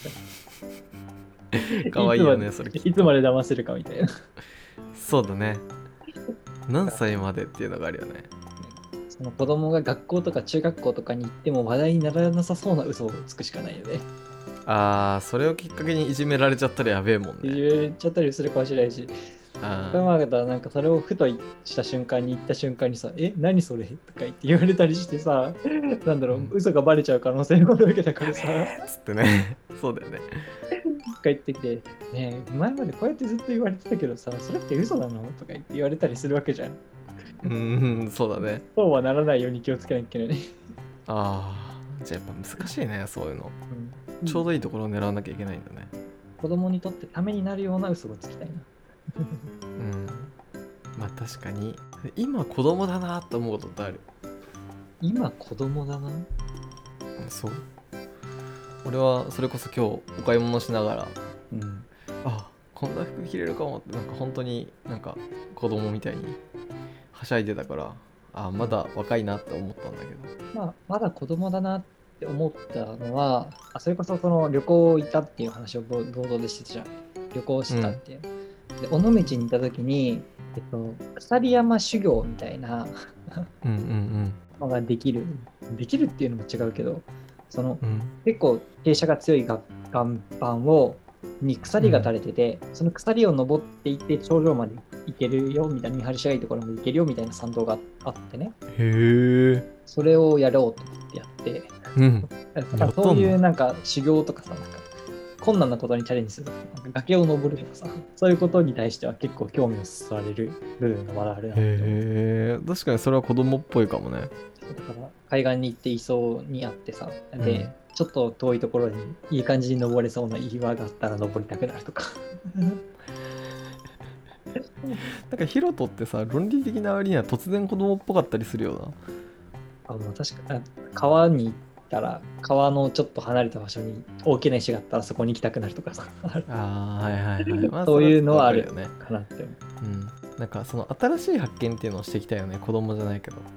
確かに。 かわいいよねそれ。 いつまで騙せるかみたいな。 そうだね。何歳までっていうのがあるよね。 その子供が学校とか中学校とかに行っても話題にならなさそうな嘘をつくしかないよね。 それをきっかけにいじめられちゃったらやべえもんね。 いじめられちゃったりするかもしれないし。なんかそれをふとした瞬間に言った瞬間にさ、何それとか言われたりしてさ、なんだろう、嘘がバレちゃう可能性もあるわけだからさ。 つってね。そうだよね。 帰ってきて、ねえ、前までこうやってずっと言われてたけどさ、それって嘘なのとか言われたりするわけじゃん。 そうだね。 そうはならないように気をつけなきゃいけないね。 じゃあやっぱ難しいね、そういうの。ちょうどいいところを狙わなきゃいけないんだね。 子供にとってためになるような嘘をつきたいな。 まあ確かに今子供だなと思うことってある？ 今子供だな。 そう。俺はそれこそ今日お買い物しながら、こんな服着れるかもってなんか本当になんか子供みたいにはしゃいでたからまだ若いなって思ったんだけど、まだ子供だなって思ったのはそれこそその旅行行ったっていう話を冒頭でしてたじゃん。旅行したっていう、で尾道に行った時に鎖山修行みたいなのができるっていうのも違うけど結構傾斜が強い岩盤に鎖が垂れてて、その鎖を登っていって頂上まで行けるよみたいな見張りしがいいところまで行けるよみたいな参道があってね。それをやろうと思ってやって、そういうなんか修行とかさ、なんか困難なことにチャレンジするとか、崖を登るとかさ、そういうことに対しては結構興味をそそられる部分がまだあるなと。 確かにそれは子供っぽいかもね。 だから海岸に行っていそうにあってさ、で、ちょっと遠いところにいい感じに登れそうな岩があったら登りたくなるとかなんかヒロトってさ、論理的な割には突然子供っぽかったりするよな。確か川に行ったら川のちょっと離れた場所に大きな石があったらそこに行きたくなるとかさそういうのはあるよねかなって。 なんかその新しい発見っていうのをしていきたいよね、子供じゃないけど。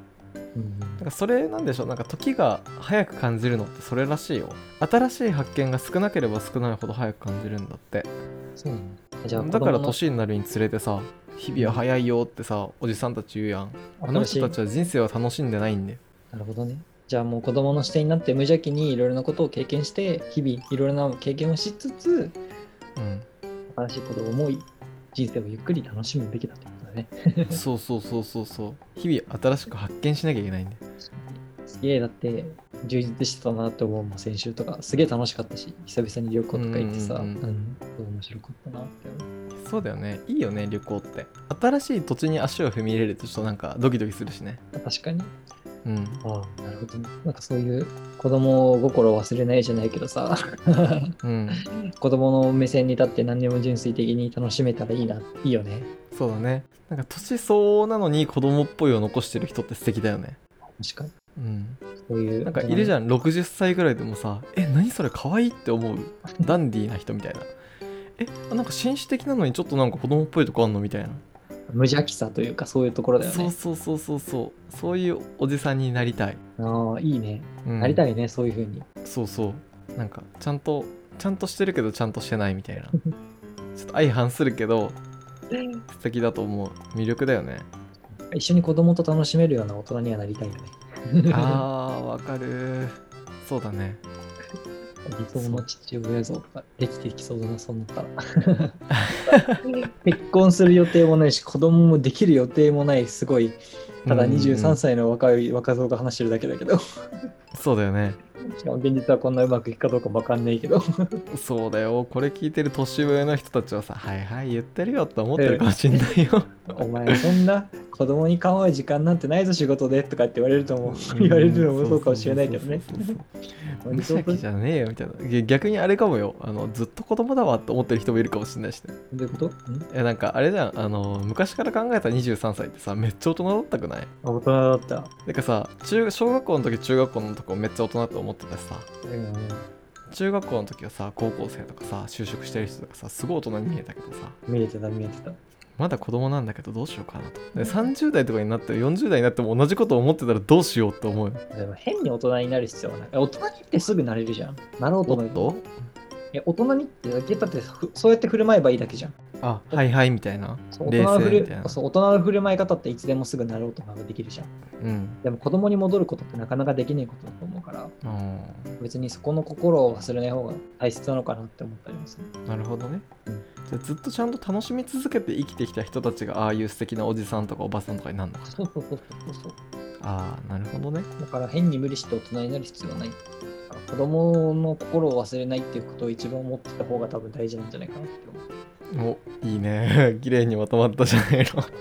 なんかそれなんでしょう、なんか時が早く感じるのってそれらしいよ。新しい発見が少なければ少ないほど早く感じるんだって。 そうなんだ。じゃあだから年になるにつれてさ、日々は早いよってさ、おじさんたち言うやん。あの人たちは人生は楽しんでないんだよ。 なるほどね。じゃあもう子供の視点になって無邪気にいろいろなことを経験して、日々いろいろな経験をしつつ、新しいことを思い、人生をゆっくり楽しむべきだってことだね。 そうそうそうそうそう。日々新しく発見しなきゃいけないんだよ。 すげえ、だって充実してたなって思うもん、先週とか。すげえ楽しかったし、久々に旅行とか行ってさ、面白かったなって思う。 そうだよね。いいよね、旅行って。新しい土地に足を踏み入れるとちょっとなんかドキドキするしね。 確かに。 うん。 ああ、なるほどね。なんかそういう子供心を忘れないじゃないけどさ、子供の目線に立って何でも純粋的に楽しめたらいいな、いいよね。 そうだね。なんか年相応なのに子供っぽいを残してる人って素敵だよね。 確かに。 そういうなんかいるじゃん、60歳ぐらいでもさ、何それ可愛いって思うダンディーな人みたいな。なんか紳士的なのにちょっとなんか子供っぽいとこあんのみたいな。 無邪気さというかそういうところだよね。 そういうおじさんになりたい。 ああ、いいね。なりたいね、そういう風に。 そうなんかちゃんとしてるけどちゃんとしてないみたいな。ちょっと相反するけど素敵だと思う。魅力だよね。 一緒に子供と楽しめるような大人にはなりたいよね。 わかる。そうだね。 理想の父親像とかできてきそうだな、そう思ったら。結婚する予定もないし、子供もできる予定もない、すごい、ただ23歳の若造が話してるだけだけど。 そうだよね。 しかも現実はこんなうまくいくかどうかもわかんないけど。 そうだよ。これ聞いてる年上の人たちはさ、はいはい言ってるよって思ってるかもしんないよ。 お前そんな子供に構う時間なんてないぞ仕事でとかって言われると思う。言われるのもそうかもしれないけどね。 無邪気じゃねえよみたいな。逆にあれかもよ。ずっと子供だわって思ってる人もいるかもしれないしね。 どういうこと？ なんかあれじゃん。昔から考えた23歳ってさ、めっちゃ大人だったくない？ 大人だった。 てかさ、小学校の時中学校のとこめっちゃ大人って思ってたしさ。中学校の時はさ、高校生とかさ、就職してる人とかさ、すごい大人に見えたけどさ、 見えてた。 まだ子供なんだけどどうしようかなと。で30代とかになって40代になっても同じことを思ってたらどうしようって思うよ。 でも変に大人になる必要はない。大人にってすぐなれるじゃん。なろうと思うと。大人にってだってそうやって振る舞えばいいだけじゃん。 はいはいみたいな。 大人の振る舞い方っていつでもすぐなろうと思えばできるじゃん。でも子供に戻ることってなかなかできないことだと思うから、別にそこの心を忘れない方が大切なのかなって思ったりもする。 なるほどね。じゃあずっとちゃんと楽しみ続けて生きてきた人たちがああいう素敵なおじさんとかおばさんとかになるのか。 そう。 なるほどね。 だから変に無理して大人になる必要はない。子供の心を忘れないっていうことを一番思ってた方が多分大事なんじゃないかなって思う。 いいね。綺麗にまとまったじゃないの。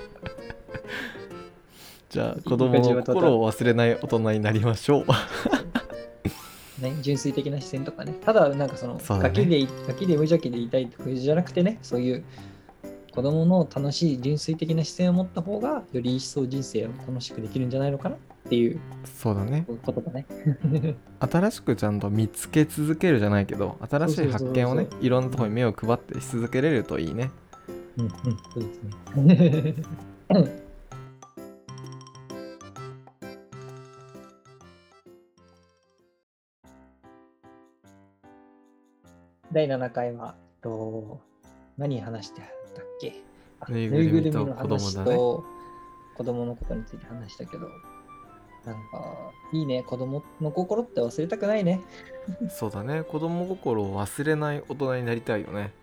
じゃあ子供の心を忘れない大人になりましょう。 ね、純粋的な視線とかね。ただなんかガキで無邪気でいたいとかじゃなくてね、そういう子供の楽しい純粋的な視線を持った方がより一層人生を楽しくできるんじゃないのかなっていうそうだねことだね。 新しくちゃんと見つけ続けるじゃないけど、新しい発見をね、いろんなところに目を配ってし続けれるといいね。 そうですね。第7回は、何話してたっけ？ぬいぐるみの話と子供のことについて話したけど、なんかいいね、子供の心って忘れたくないね。 そうだね、子供心を忘れない大人になりたいよね。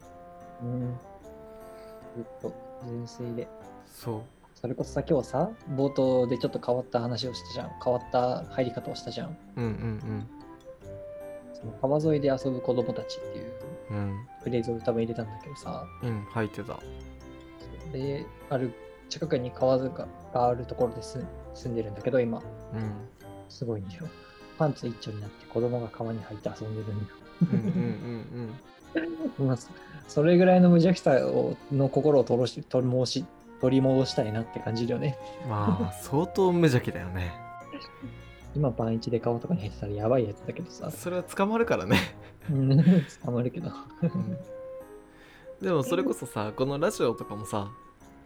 ずっと純粋で。 それこそさ、今日さ、冒頭でちょっと変わった話をしたじゃん。変わった入り方をしたじゃん。その川沿いで遊ぶ子供たちっていうフレーズを多分入れたんだけどさ。 入ってた。 で、近くに川があるところで住んでるんだけど、今。すごいんだよ。パンツ一丁になって子供が川に入って遊んでるんだよ。それぐらいの無邪気さの心を取り戻したいなって感じるよね。 まあ、相当無邪気だよね。 今パン1で川とかに入ってたらやばいやつだけどさ。 それは捕まるからね。 捕まるけど。 でもそれこそさ、このラジオとかもさ、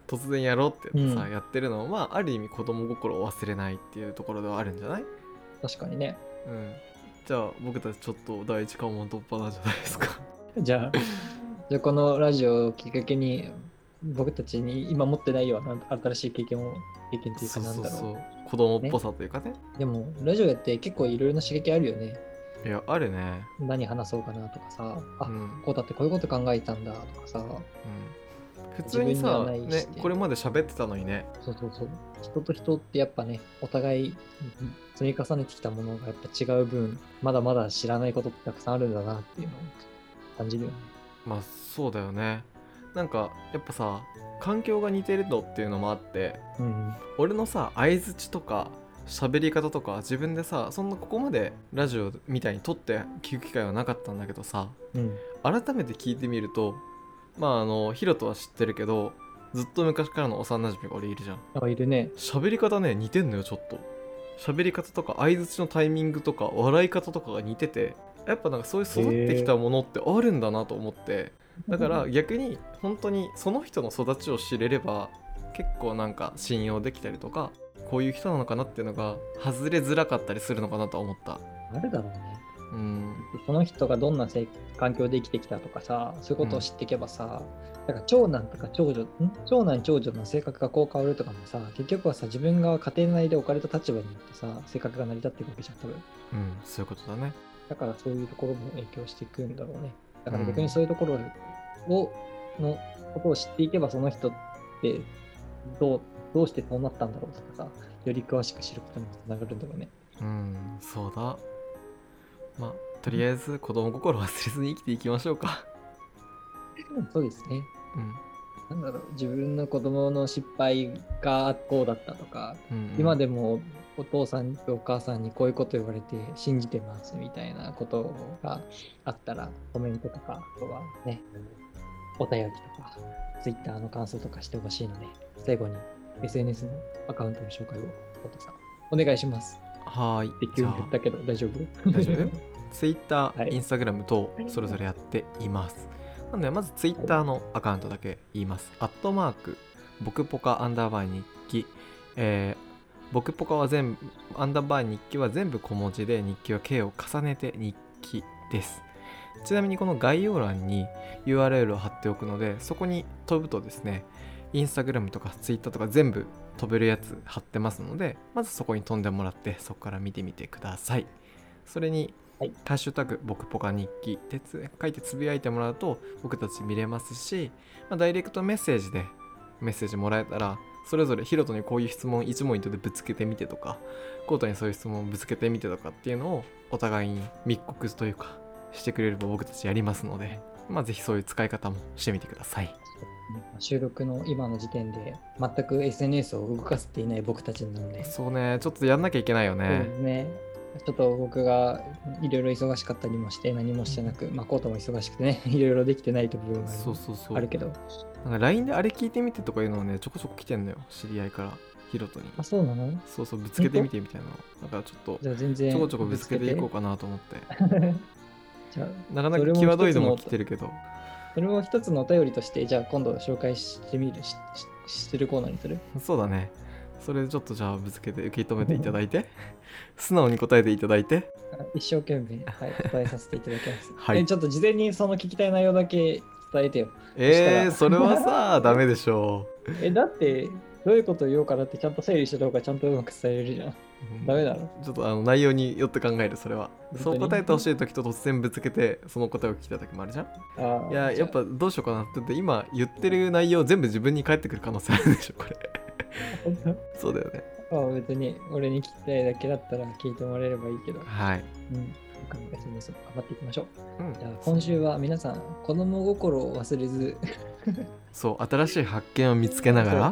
突然やろうって言ってさ、 うんやってるのは、まあある意味子供心を忘れないっていうところではあるんじゃない？ 確かにね。 じゃあ僕たちちょっと第一関門突破なんじゃないですか。 じゃあ、じゃあこのラジオをきっかけに、僕たちに今持ってないような新しい経験っていうかなんだろう。 そう子供っぽさというかね。 でも、ラジオやって結構いろいろな刺激あるよね。 いやあるね。 何話そうかなとかさ、 うんこうだってこういうこと考えたんだとかさ、 普通に自分にはさ、 ない視点これまで喋ってたのにね。 そう。人と人ってやっぱね、お互い積み重ねてきたものがやっぱ違う分、まだまだ知らないことってたくさんあるんだなっていうのを感じるよね。 まあそうだよね。なんかやっぱさ、環境が似てるのっていうのもあって、俺のさ相槌とか喋り方とか自分でさ、そんなここまでラジオみたいに撮って聞く機会はなかったんだけどさ、改めて聞いてみると、まあヒロトは知ってるけど、ずっと昔からの幼馴染が俺いるじゃん。 いるね。 喋り方ね似てんのよ。ちょっと喋り方とか相槌のタイミングとか笑い方とかが似てて、やっぱなんかそういう育ってきたものってあるんだなと思って、だから逆に本当にその人の育ちを知れれば結構なんか信用できたりとか、こういう人なのかなっていうのが外れづらかったりするのかなと思った。 あるだろうね。 うんその人がどんな環境で生きてきたとかさ、そういうことを知っていけばさ、だから長男とか長男長女の性格がこう変わるとかもさ、結局はさ、自分が家庭内で置かれた立場によってさ、性格が成り立っていくわけじゃん、多分。 そういうことだね。 だからそういうところも影響していくんだろうね。だから逆にそういうところのことを知っていけば、その人ってどうしてそうなったんだろうとかさ、より詳しく知ることにつながるんだろうね。 そうだ。まあとりあえず子供心忘れずに生きていきましょうか。 そうですね。なんだろう、自分の子供の失敗がこうだったとか、今でもお父さんとお母さんにこういうこと言われて信じてますみたいなことがあったら、コメントとか、あとはね、お便りとか、Twitter の感想とかしてほしいので、最後に SNS のアカウントの紹介を、お父さん、お願いします。 はい。 って急に言ったけど、大丈夫？ 大丈夫？Twitter、 はい Instagram とそれぞれやっています。なのでまず Twitter のアカウントだけ言います。僕ポカ_日記。僕ポカは全部、アンダーバー日記は全部小文字で、日記は K を重ねて日記です。ちなみにこの概要欄に URL を貼っておくので、そこに飛ぶとですね、Instagram とか Twitter とか全部飛べるやつ貼ってますので、まずそこに飛んでもらってそこから見てみてください。それに、ハッシュタグ僕ポカ日記で書いてつぶやいてもらうと僕たち見れますし、ダイレクトメッセージでメッセージもらえたら、それぞれヒロトにこういう質問1問1でぶつけてみてとか、コートにそういう質問をぶつけてみてとかっていうのをお互いに密告というかしてくれれば僕たちやりますので、ぜひそういう使い方もしてみてください。 収録の今の時点で全く SNS を動かせていない僕たちなので、 そうね、ちょっとやんなきゃいけないよね。 そうですね。ちょっと僕がいろいろ忙しかったりもして何もしてなく、コートも忙しくてね、いろいろできてない部分があるけど。 なんか LINE であれ聞いてみてとかいうのをね、ちょこちょこ来てんのよ、知り合いから、ヒロトに。 あ、そうなの？ そうぶつけてみてみたいなの。だからちょっとじゃあ全然ちょこちょこぶつけていこうかなと思って。 じゃあなかなか際どいのも来てるけど。 それも一つのお便りとして、じゃあ今度紹介してみるしてるコーナーにする？ そうだね。それでちょっとじゃあぶつけて受け止めていただいて素直に答えていただいて、 一生懸命、答えさせていただきます。 はい。 ちょっと事前にその聞きたい内容だけ伝えてよ。 それはさダメでしょだってどういうことを言おうかなってちゃんと整理した方がちゃんとうまく伝えれるじゃん。ダメだろ。 ちょっと内容によって考える。それはそう答えてほしい時と突然ぶつけてその答えを聞きた時もあるじゃん。いややっぱどうしようかなって今言ってる内容全部自分に返ってくる可能性あるでしょこれ。そうだよね。 別に俺に聞きたいだけだったら聞いてもらえればいいけど。 はい。 他の SNS も頑張っていきましょう。じゃあ今週は皆さん子供心を忘れずそう新しい発見を見つけながら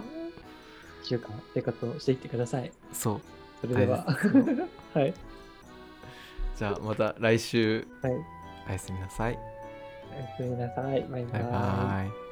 1週間生活をしていってください。 そうそれでははい。 じゃあまた来週、 はい。 おやすみなさい。 おやすみなさい。バイバイ。 バイバイ。